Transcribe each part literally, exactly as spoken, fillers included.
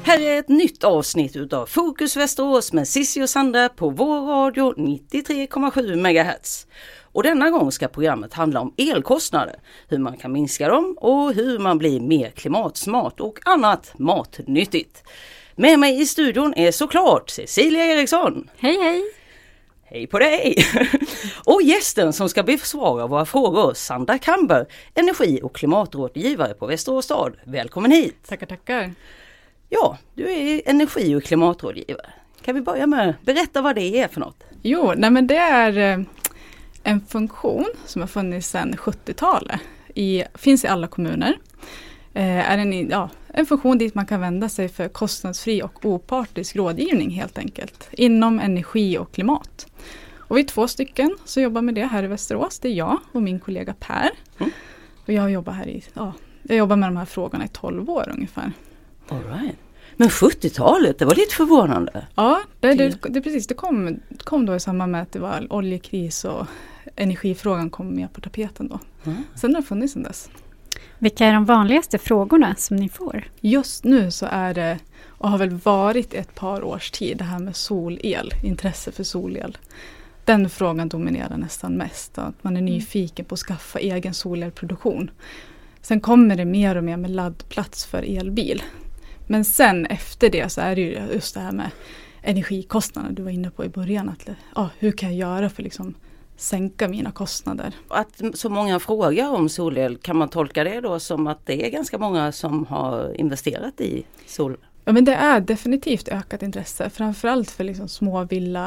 Här är ett nytt avsnitt utav Fokus Västerås med Cissi och Sandra på vår radio nittiotre komma sju megahertz. Och denna gång ska programmet handla om elkostnader, hur man kan minska dem och hur man blir mer klimatsmart och annat matnyttigt. Med mig i studion är såklart Cecilia Eriksson. Hej hej! Hej på dig! Och gästen som ska besvara våra frågor, Sandra Kamber, energi- och klimatrådgivare på Västerås stad. Välkommen hit! Tackar, tackar! Ja, du är energi- och klimatrådgivare. Kan vi börja med att berätta vad det är för något? Jo, nej men det är en funktion som har funnits sedan sjuttiotalet. I, finns i alla kommuner. Eh, är en, ja, en funktion dit man kan vända sig för kostnadsfri och opartisk rådgivning helt enkelt. Inom energi och klimat. Och vi är två stycken som jobbar med det här i Västerås. Det är jag och min kollega Per. Mm. Och jag jobbar här i, ja, jag jobbar med de här frågorna i tolv år ungefär. All right. Men sjuttiotalet, det var lite förvånande. Ja, det, det, det, precis. Det kom, kom då i samband med att det var oljekris och energifrågan kom med på tapeten då. Mm. Sen har det funnits sedan dess. Vilka är de vanligaste frågorna som ni får? Just nu så är det, och har väl varit ett par års tid, det här med solel, intresse för solel. Den frågan dominerar nästan mest. Att man är nyfiken på att skaffa egen solelproduktion. Sen kommer det mer och mer med laddplats för elbil. Men sen efter det så är det ju just det här med energikostnader du var inne på i början. Att, ja, hur kan jag göra för att liksom sänka mina kostnader? Att så många frågar om solel, kan man tolka det då som att det är ganska många som har investerat i sol? Ja, men det är definitivt ökat intresse. Framförallt för liksom små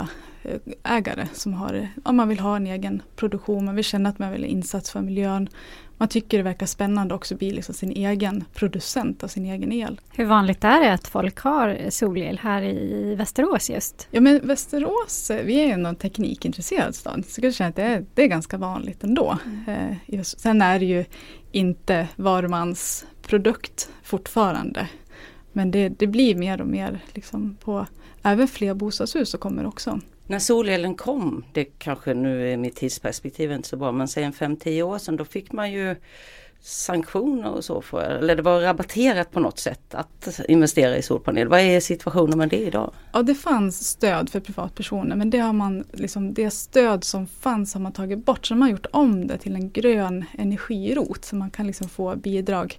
villaägare som har, ja, man vill ha en egen produktion. Man vill känna att man vill ha insats för miljön. Man tycker det verkar spännande också att bli liksom sin egen producent av sin egen el. Hur vanligt är det att folk har solel här i Västerås just? Ja, men Västerås, vi är ju en teknikintresserad stad. Så jag känner att det är, det är ganska vanligt ändå. Mm. Eh, sen är det ju inte var mans produkt fortfarande. Men det, det blir mer och mer liksom på även fler bostadshus så kommer också. När solelen kom, det kanske nu är mitt tidsperspektiv inte så bra, men säg en fem till tio år sedan, då fick man ju sanktioner och så för, eller det var rabatterat på något sätt att investera i solpanel. Vad är situationen med det idag? Ja, det fanns stöd för privatpersoner, men det har man liksom, det stöd som fanns har man tagit bort, så man har gjort om det till en grön energirot så man kan liksom få bidrag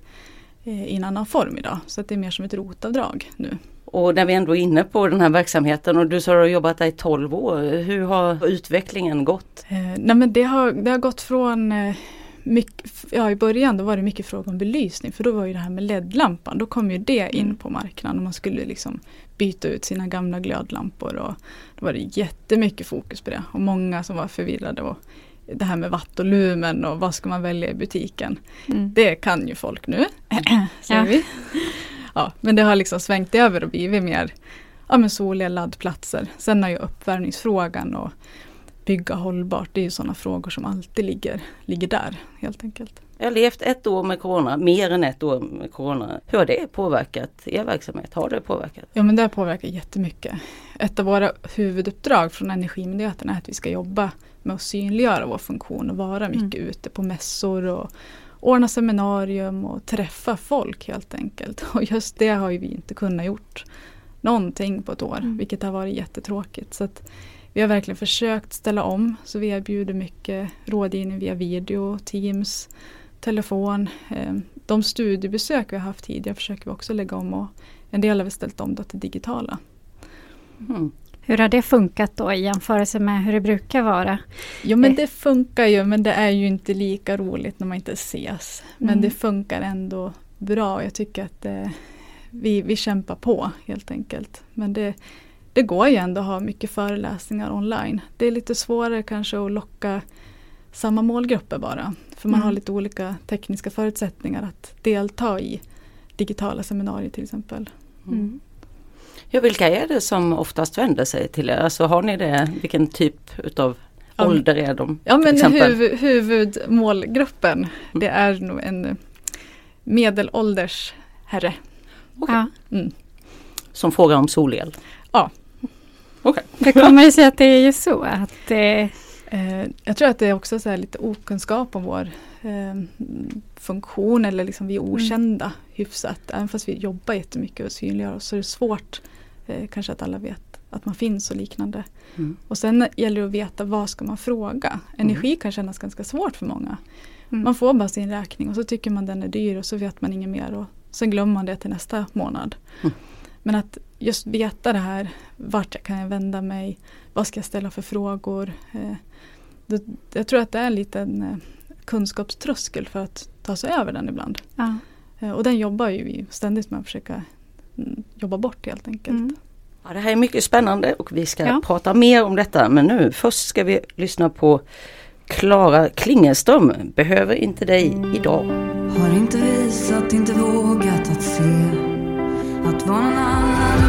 i en annan form idag. Så att det är mer som ett rotavdrag nu. Och när vi ändå är inne på den här verksamheten och du sa att du har jobbat där i tolv år. Hur har utvecklingen gått? Eh, nej men det har, det har gått från, eh, mycket, ja i början då var det mycket fråga om belysning. För då var ju det här med L E D-lampan, då kom ju det in mm. på marknaden. Och man skulle liksom byta ut sina gamla glödlampor och då var det jättemycket fokus på det. Och många som var förvirrade och det här med watt och lumen och vad ska man välja i butiken. Mm. Det kan ju folk nu, säger ja. vi. Ja, men det har liksom svängt över och blivit mer ja, men soliga laddplatser. Sen har ju uppvärmningsfrågan och bygga hållbart, det är ju sådana frågor som alltid ligger, ligger där helt enkelt. Jag har levt ett år med corona, mer än ett år med corona. Hur har det påverkat er verksamhet? Har det påverkat? Ja, men det har påverkat jättemycket. Ett av våra huvuduppdrag från Energimyndigheten är att vi ska jobba med att synliggöra vår funktion och vara mycket mm. ute på mässor och ordna seminarium och träffa folk helt enkelt. Och just det har ju vi inte kunnat gjort någonting på ett år, mm. vilket har varit jättetråkigt. Så att vi har verkligen försökt ställa om, så vi erbjuder mycket rådgivning via video, Teams, telefon. De studiebesök vi har haft tidigare försöker vi också lägga om och en del har vi ställt om då till digitala. Mm. Hur har det funkat då i jämförelse med hur det brukar vara? Jo, men det funkar ju, men det är ju inte lika roligt när man inte ses. Men mm. det funkar ändå bra. Jag tycker att det, vi, vi kämpar på helt enkelt. Men det, det går ju ändå att ha mycket föreläsningar online. Det är lite svårare kanske att locka samma målgrupper bara. För man mm. har lite olika tekniska förutsättningar att delta i digitala seminarier till exempel. Mm. Ja, vilka är det som oftast vänder sig till er? Alltså har ni det? Vilken typ utav ja, ålder är de? Ja, men huv, huvudmålgruppen mm. det är nog en medelålders herre. Okay. Ja. Mm. Som frågar om solel? Ja. Okay. Det kommer det sig att det är ju så att eh, Eh, jag tror att det är också så här lite okunskap om vår eh, funktion, eller liksom vi är okända mm. hyfsat. Även fast vi jobbar jättemycket och synliggör oss, så är det svårt eh, kanske att alla vet att man finns och liknande. Mm. Och sen gäller det att veta vad ska man fråga. Energi mm. kan kännas ganska svårt för många. Mm. Man får bara sin räkning och så tycker man den är dyr och så vet man inget mer och sen glömmer man det till nästa månad. Mm. Men att just veta det här, vart kan jag vända mig, vad ska jag ställa för frågor. Eh, det, jag tror att det är en liten eh, kunskapströskel för att ta sig över den ibland. Ja. Eh, och den jobbar ju vi ständigt med att försöka mm, jobba bort helt enkelt. Mm. Ja, det här är mycket spännande och vi ska ja. prata mer om detta. Men nu först ska vi lyssna på Klara Klingenström. Behöver inte dig idag. Har inte visat, inte vågat att se att vara någon annan.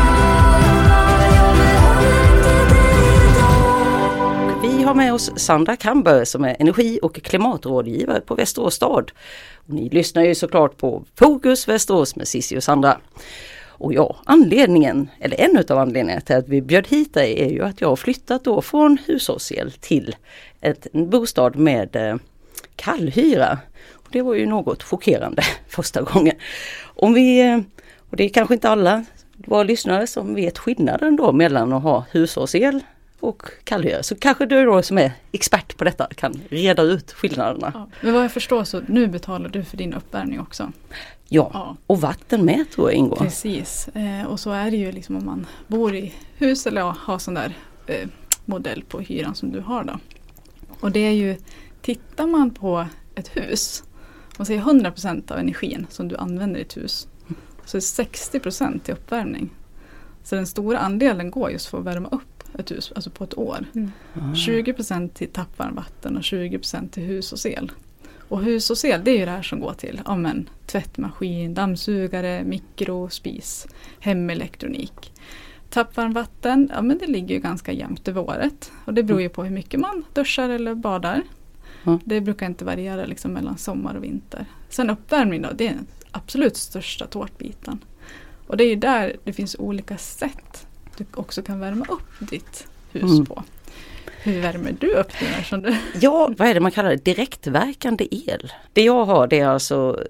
Vi har med oss Sandra Kamber som är energi- och klimatrådgivare på Västerås stad. Och ni lyssnar ju såklart på Fokus Västerås med Cissi och Sandra. Och ja, anledningen, eller en av anledningarna till att vi bjöd hit dig är ju att jag har flyttat då från hushållsel till ett, en bostad med eh, kallhyra. Och det var ju något chockerande första gången. Om vi, och det är kanske inte alla våra lyssnare som vet skillnaden då mellan att ha hushållsel och kallhyra. Så kanske du då som är expert på detta kan reda ut skillnaderna. Ja, men vad jag förstår så nu betalar du för din uppvärmning också. Ja, ja. Och vatten med tror jag ingår. Precis, eh, och så är det ju liksom om man bor i hus eller ja, har sån där eh, modell på hyran som du har då. Och det är ju, tittar man på ett hus och säger hundra procent av energin som du använder i ett hus, så är sextio procent till uppvärmning. Så den stora andelen går just för att värma upp ett hus, alltså på ett år. Mm. tjugo procent till tappvarmvatten och tjugo procent till hus och el. Och hus och el, det är ju det här som går till ja, men, tvättmaskin, dammsugare, mikro, spis, hemelektronik. Tappvarmvatten, ja men det ligger ju ganska jämnt över året. Och det beror ju på hur mycket man duschar eller badar. Mm. Det brukar inte variera liksom, mellan sommar och vinter. Sen uppvärmning då, det är den absolut största tårtbiten. Och det är ju där det finns olika sätt du också kan värma upp ditt hus mm. på. Hur värmer du upp det som du? Ja, vad är det man kallar det? Direktverkande el. Det jag har det är alltså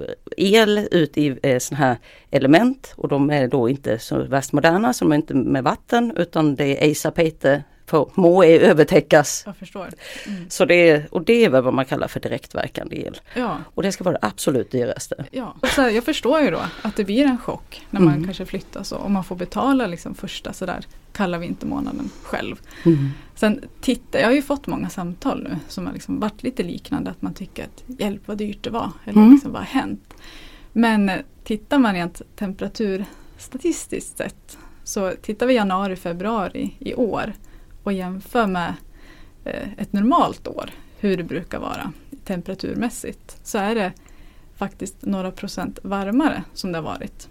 el ut i såna här element och de är då inte så värst moderna som är inte med vatten utan det är ASAP för må är övertäckas. Jag förstår. Mm. Så det är, och det är väl vad man kallar för direktverkande el. Ja. Och det ska vara det absolut dyraste. Ja. Och så här, jag förstår ju då att det blir en chock när man mm. kanske flyttar så. Och man får betala liksom första sådär kalla vintermånaden själv. Mm. Sen titta, jag har ju fått många samtal nu som har liksom varit lite liknande. Att man tycker att hjälp vad dyrt det var. Eller mm. liksom vad har hänt. Men tittar man rent temperaturstatistiskt sett. Så tittar vi januari, februari i år. Och jämför med eh, ett normalt år, hur det brukar vara temperaturmässigt, så är det faktiskt några procent varmare som det har varit.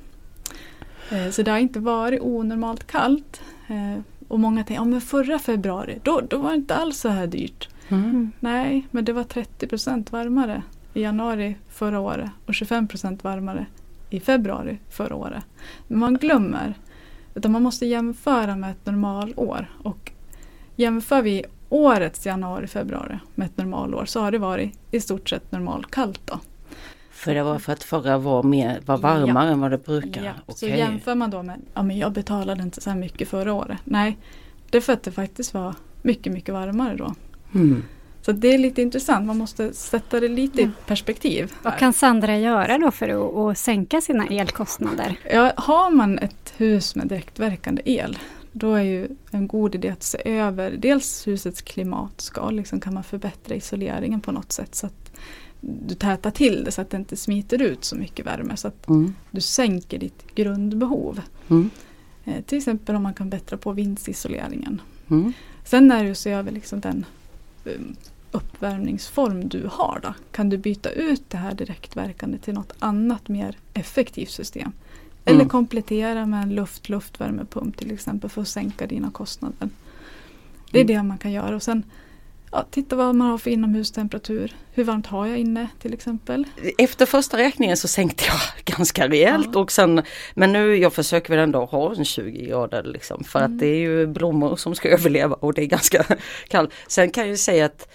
Eh, så det har inte varit onormalt kallt. Eh, och många tänker, ja men förra februari, då, då var det inte alls så här dyrt. Mm. Nej, men det var trettio procent varmare i januari förra året och tjugofem procent varmare i februari förra året. Men man glömmer, utan man måste jämföra med ett normalår. Och jämför vi årets januari-februari med ett normalår så har det varit i stort sett normalkallt då. För det var för att förra var, mer, var varmare ja. än vad det brukar? Ja, okay. Så jämför man då med, ja men jag betalade inte så här mycket förra året. Nej, det är för att det faktiskt var mycket, mycket varmare då. Mm. Så det är lite intressant, man måste sätta det lite i perspektiv. Här. Vad kan Sandra göra då för att, att sänka sina elkostnader? Ja, har man ett hus med direktverkande el, då är ju en god idé att se över dels husets klimatskal. Liksom kan man förbättra isoleringen på något sätt så att du tätar till det så att det inte smiter ut så mycket värme. Så att mm. du sänker ditt grundbehov. Mm. Eh, till exempel om man kan bättra på vindsisoleringen. Mm. Sen är det ju att se över liksom den um, uppvärmningsform du har. Då. Kan du byta ut det här direktverkande till något annat mer effektivt system? Eller mm. komplettera med en luft-luftvärmepump till exempel för att sänka dina kostnader. Det är mm. det man kan göra. Och sen ja, titta vad man har för inomhustemperatur. Hur varmt har jag inne till exempel? Efter första räkningen så sänkte jag ganska rejält. Ja. Och sen, men nu jag försöker väl ändå ha en tjugo grader liksom, för mm. att det är ju blommor som ska överleva och det är ganska kallt. Sen kan jag ju säga att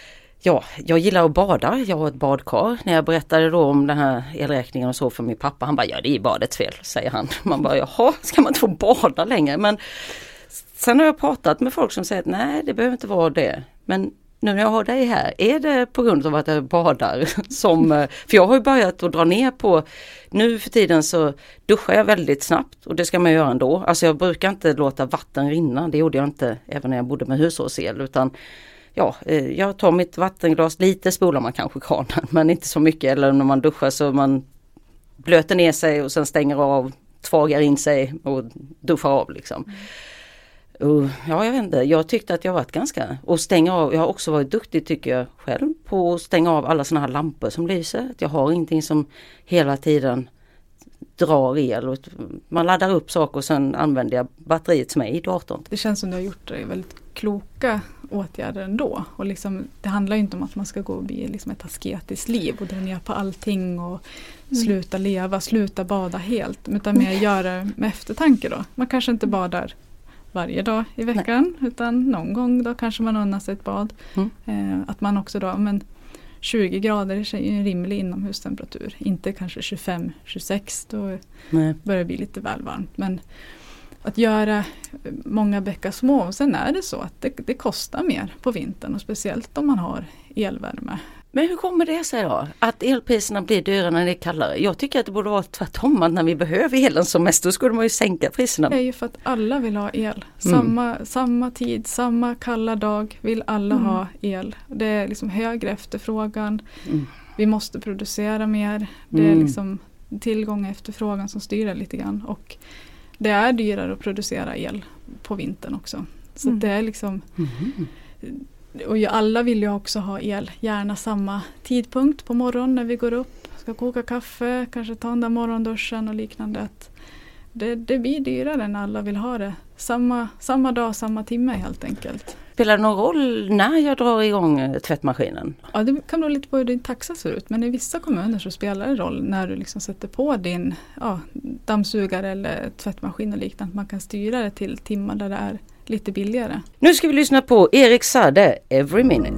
ja, jag gillar att bada. Jag har ett badkar. När jag berättade då om den här elräkningen och så för min pappa, han bara, ja det är badets fel, säger han. Man bara, jaha, ska man inte få bada längre? Men sen har jag pratat med folk som säger att nej, det behöver inte vara det. Men nu när jag har dig här, är det på grund av att jag badar som, för jag har ju börjat att dra ner på, nu för tiden så duschar jag väldigt snabbt och det ska man göra ändå. Alltså jag brukar inte låta vatten rinna, det gjorde jag inte även när jag bodde med hushållsel, utan ja, jag tar mitt vattenglas, lite spolar man kanske kranen, men inte så mycket. Eller när man duschar så man blöter ner sig och sen stänger av, tvagar in sig och duschar av liksom. Mm. Och, ja, jag vet inte. Jag tyckte att jag varit ganska, och stänga av, jag har också varit duktig tycker jag själv på att stänga av alla såna här lampor som lyser. Jag har ingenting som hela tiden drar el. Man laddar upp saker och sen använder jag batteriet som är i datorn. Det känns som du har gjort det väldigt kloka åtgärder ändå. Och liksom, det handlar ju inte om att man ska gå och bli liksom ett asketiskt liv och dra ner på allting och mm. sluta leva, sluta bada helt. Utan mer göra det med eftertanke då. Man kanske inte badar varje dag i veckan. Nej. Utan någon gång då kanske man unnar sig ett bad. Mm. Eh, att man också då, men tjugo grader är en rimlig inomhustemperatur. Inte kanske tjugofem till tjugosex, då Nej. börjar det bli lite väl varmt. Men att göra många bäckar små, och sen är det så att det, det kostar mer på vintern och speciellt om man har elvärme. Men hur kommer det sig då? Att elpriserna blir dyrare när det är kallare? Jag tycker att det borde vara tvärtom, att när vi behöver elen som mest, då skulle man ju sänka priserna. Det är ju för att alla vill ha el. Samma, mm. samma tid, samma kalla dag vill alla mm. ha el. Det är liksom högre efterfrågan. Mm. Vi måste producera mer. Det är liksom tillgång och efterfrågan som styr det lite grann. Och det är dyrare att producera el på vintern också. Så mm. det är liksom... Mm. Och alla vill ju också ha el, gärna samma tidpunkt på morgonen när vi går upp, ska koka kaffe, kanske ta den där morgonduschen och liknande. Att det, det blir dyrare när alla vill ha det samma, samma dag, samma timme helt enkelt. Spelar det någon roll när jag drar igång tvättmaskinen? Ja, det kan bero lite på hur din taxa ser ut, men i vissa kommuner så spelar det roll när du liksom sätter på din ja, dammsugare eller tvättmaskin och liknande. Man kan styra det till timmar där det är lite billigare. Nu ska vi lyssna på Erik Saade, Every Minute.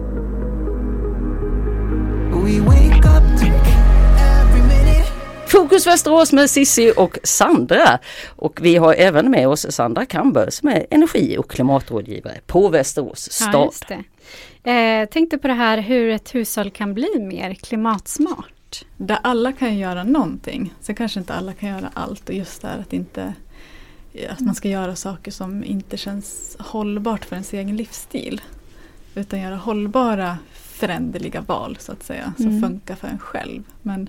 We wake up to every minute. Fokus Västerås med Cissi och Sandra. Och vi har även med oss Sandra Kamber som är energi- och klimatrådgivare på Västerås stad. Ja, just det. Eh, tänkte på det här hur ett hushåll kan bli mer klimatsmart. Där alla kan göra någonting. Sen kanske inte alla kan göra allt, och just där att inte att man ska göra saker som inte känns hållbart för ens egen livsstil. Utan göra hållbara, föränderliga val så att säga. Som mm. funkar för en själv. Men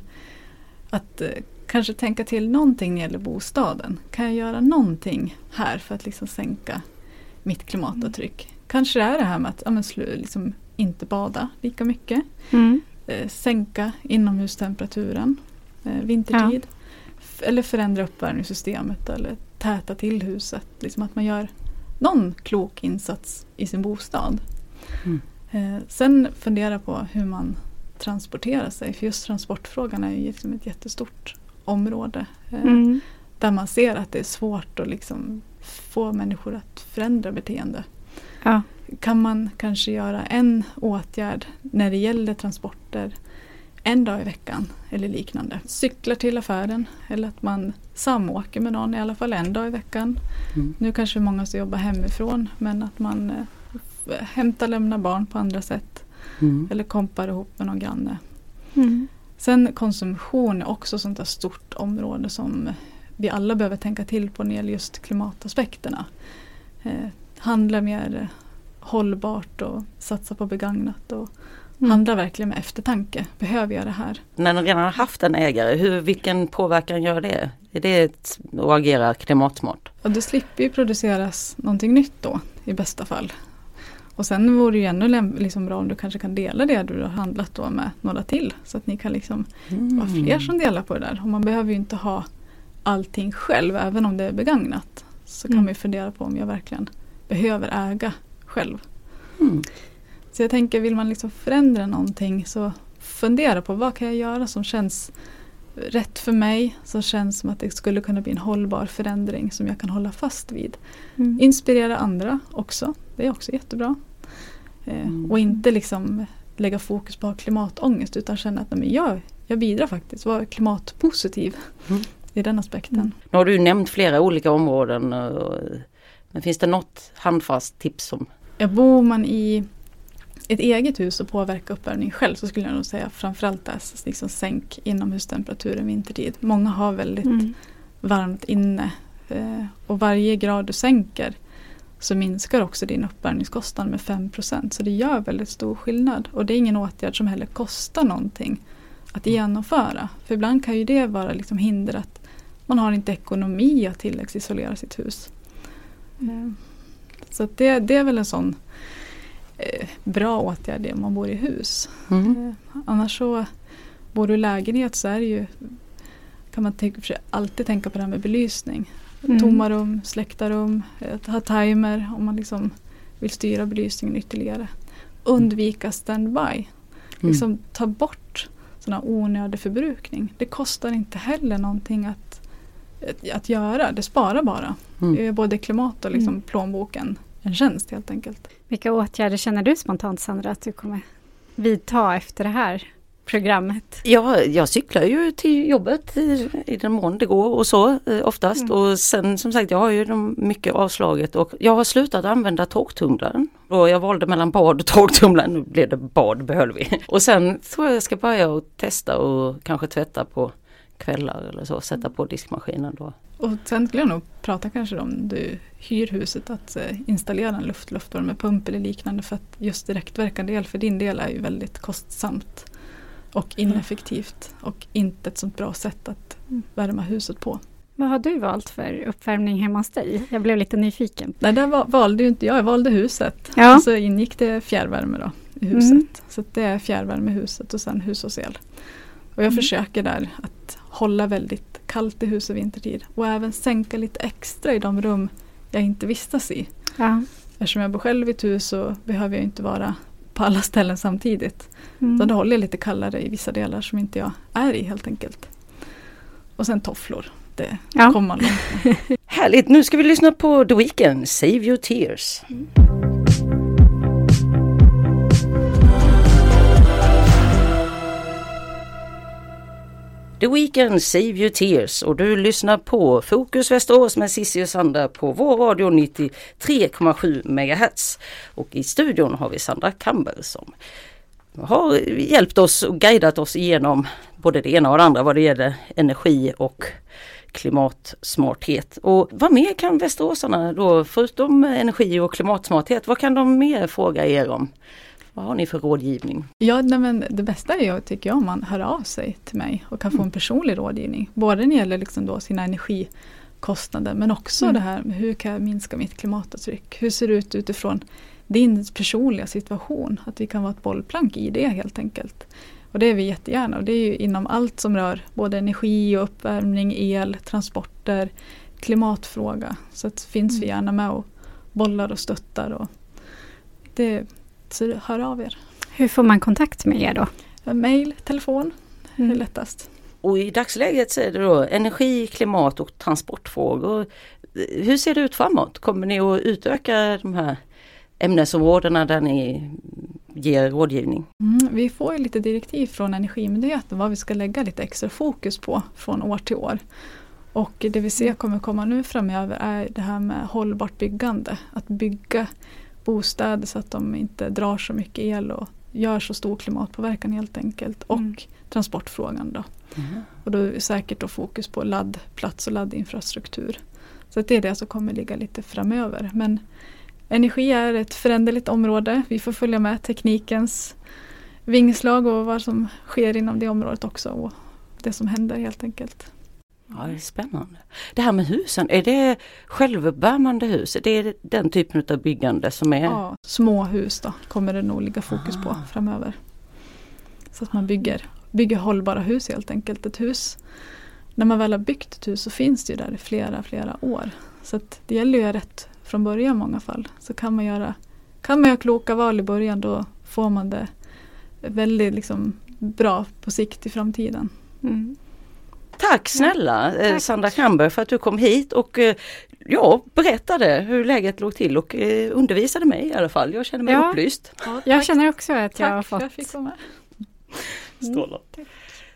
att eh, kanske tänka till någonting när det gäller bostaden. Kan jag göra någonting här för att liksom sänka mitt klimatavtryck? Mm. Kanske är det här med att ja, men, liksom, inte bada lika mycket. Mm. Eh, sänka inomhustemperaturen eh, vintertid. Ja. F- eller förändra uppvärmningssystemet eller täta till huset. Liksom att man gör någon klok insats i sin bostad. Mm. Eh, sen fundera på hur man transporterar sig. För just transportfrågan är ju liksom ett jättestort område. Eh, mm. Där man ser att det är svårt att liksom få människor att förändra beteende. Ja. Kan man kanske göra en åtgärd när det gäller transporter en dag i veckan eller liknande. Cyklar till affären eller att man samåker med någon i alla fall en dag i veckan. Mm. Nu kanske många ska jobba hemifrån, men att man eh, hämtar lämna barn på andra sätt. Mm. Eller kompar ihop med någon granne. Mm. Sen konsumtion är också sånt där stort område som vi alla behöver tänka till på när det gäller just klimataspekterna. Eh, handla mer hållbart och satsa på begagnat och Mm. handla verkligen med eftertanke. Behöver jag det här? När man redan har haft en ägare, hur, vilken påverkan gör det? Är det ett, att agera klimatsmart? Och det slipper ju produceras någonting nytt då, i bästa fall. Och sen vore det ju ännu läm- liksom bra om du kanske kan dela det du har handlat då med några till. Så att ni kan liksom mm. vara fler som delar på det där. Och man behöver ju inte ha allting själv, även om det är begagnat. Så mm. kan man ju fundera på om jag verkligen behöver äga själv. Mm. Så jag tänker, vill man liksom förändra någonting så fundera på vad kan jag göra som känns rätt för mig, som känns som att det skulle kunna bli en hållbar förändring som jag kan hålla fast vid. Mm. Inspirera andra också, det är också jättebra. Eh, mm. Och inte liksom lägga fokus på klimatångest utan känna att nej, men jag, jag bidrar faktiskt, vara klimatpositiv mm. i den aspekten. Mm. Nu har du nämnt flera olika områden, men finns det något handfast tips som... Ja, bor man i ett eget hus och påverkar uppvärmning själv så skulle jag nog säga framförallt där, liksom sänk inomhustemperaturen vintertid. Många har väldigt mm. varmt inne och varje grad du sänker så minskar också din uppvärmningskostnad med fem procent. Så det gör väldigt stor skillnad. Och det är ingen åtgärd som heller kostar någonting att genomföra. För ibland kan ju det vara liksom hinder att man har inte ekonomi att tilläggsisolera sitt hus. Mm. Så att det, det är väl en sån eh, bra åtgärd om man bor i hus. Mm. Eh, annars så bor du i lägenhet så är det ju, kan man tänka, alltid tänka på det här med belysning. Mm. Tomma rum, släckta rum, att ha timer om man liksom vill styra belysningen ytterligare. Undvika standby. Mm. Liksom ta bort sådana onödig förbrukning. Det kostar inte heller någonting att, att, att göra. Det sparar bara. Mm. Det är både klimat och liksom mm. plånboken en tjänst helt enkelt. Vilka åtgärder känner du spontant, Sandra, att du kommer vidta efter det här programmet? Ja, jag cyklar ju till jobbet i, i den mån det går och så eh, oftast. Mm. Och sen som sagt, jag har ju de mycket avslaget och jag har slutat använda torktumlaren. Och jag valde mellan bad och torktumlaren. Nu blev det bad, behöll vi. Och sen tror jag jag ska börja och testa och kanske tvätta på kvällar eller så. Sätta på diskmaskinen då. Och sen skulle jag nog prata kanske om du hyr huset att eh, installera en luft, luftvärmepump eller liknande, för att just direktverkande el för din del är ju väldigt kostsamt och ineffektivt och inte ett sånt bra sätt att värma huset på. Vad har du valt för uppvärmning hemma hos dig? Jag blev lite nyfiken. Nej, där var, valde ju inte jag. Jag valde huset. Ja. Och så ingick det fjärrvärme då i huset. Mm. Så det är fjärrvärme i huset och sen hushållsel. Och jag mm. försöker där att hålla väldigt kallt i huset vintertid. Och även sänka lite extra i de rum jag inte vistas i. Ja. Eftersom jag bor själv i ett hus så behöver jag inte vara på alla ställen samtidigt. Mm. Så då håller jag lite kallare i vissa delar som inte jag är i helt enkelt. Och sen tofflor. Det ja. kommer man långt. Härligt, nu ska vi lyssna på The Weeknd, Save Your Tears. Mm. The Weeknd, Save Your Tears, och du lyssnar på Fokus Västerås med Cissi och Sandra på vår radio nittiotre komma sju megahertz. Och i studion har vi Sandra Campbell som har hjälpt oss och guidat oss igenom både det ena och det andra vad det gäller energi och klimatsmarthet. Och vad mer kan västeråsarna då, förutom energi och klimatsmarthet, vad kan de mer fråga er om? Vad har ni för rådgivning? Ja, nej, men det bästa är ju, tycker jag, om man hör av sig till mig och kan få en personlig rådgivning. Både när det gäller liksom då sina energikostnader men också mm. det här med hur kan jag minska mitt klimatavtryck? Hur ser det ut utifrån din personliga situation? Att vi kan vara ett bollplank i det helt enkelt. Och det är vi jättegärna. Och det är ju inom allt som rör både energi och uppvärmning, el, transporter, klimatfråga. Så att finns mm. vi gärna med och bollar och stöttar. Och det, så hör av er. Hur får man kontakt med er då? Mail, telefon mm. är lättast. Och i dagsläget så är det då energi, klimat och transportfrågor. Hur ser det ut framåt? Kommer ni att utöka de här ämnesområdena där ni ger rådgivning? Mm, vi får ju lite direktiv från Energimyndigheten vad vi ska lägga lite extra fokus på från år till år. Och det vi ser kommer komma nu framöver är det här med hållbart byggande. Att bygga bostäder så att de inte drar så mycket el och gör så stor klimatpåverkan helt enkelt. Och mm. transportfrågan då. Mm. Och då är det säkert då fokus på laddplats och laddinfrastruktur. Så att det är det som kommer ligga lite framöver. Men energi är ett föränderligt område. Vi får följa med teknikens vingslag och vad som sker inom det området också. Och det som händer helt enkelt. Ja, det är spännande. Det här med husen, är det självuppvärmande hus? Det är den typen av byggande som är... Ja, små hus då kommer det nog ligga fokus på framöver. Så att man bygger, bygger hållbara hus helt enkelt. Ett hus, när man väl har byggt ett hus så finns det ju där i flera, flera år. Så att det gäller ju rätt från början i många fall. Så kan man göra, kan man göra kloka val i början då får man det väldigt liksom bra på sikt i framtiden. Mm. Tack snälla Ja, tack. Sandra Kramberg för att du kom hit och ja, berättade hur läget låg till och undervisade mig i alla fall. Jag känner mig Ja. upplyst. Ja, Jag känner också att jag tack har för att jag fått... fick vara med. Strålande. Tack.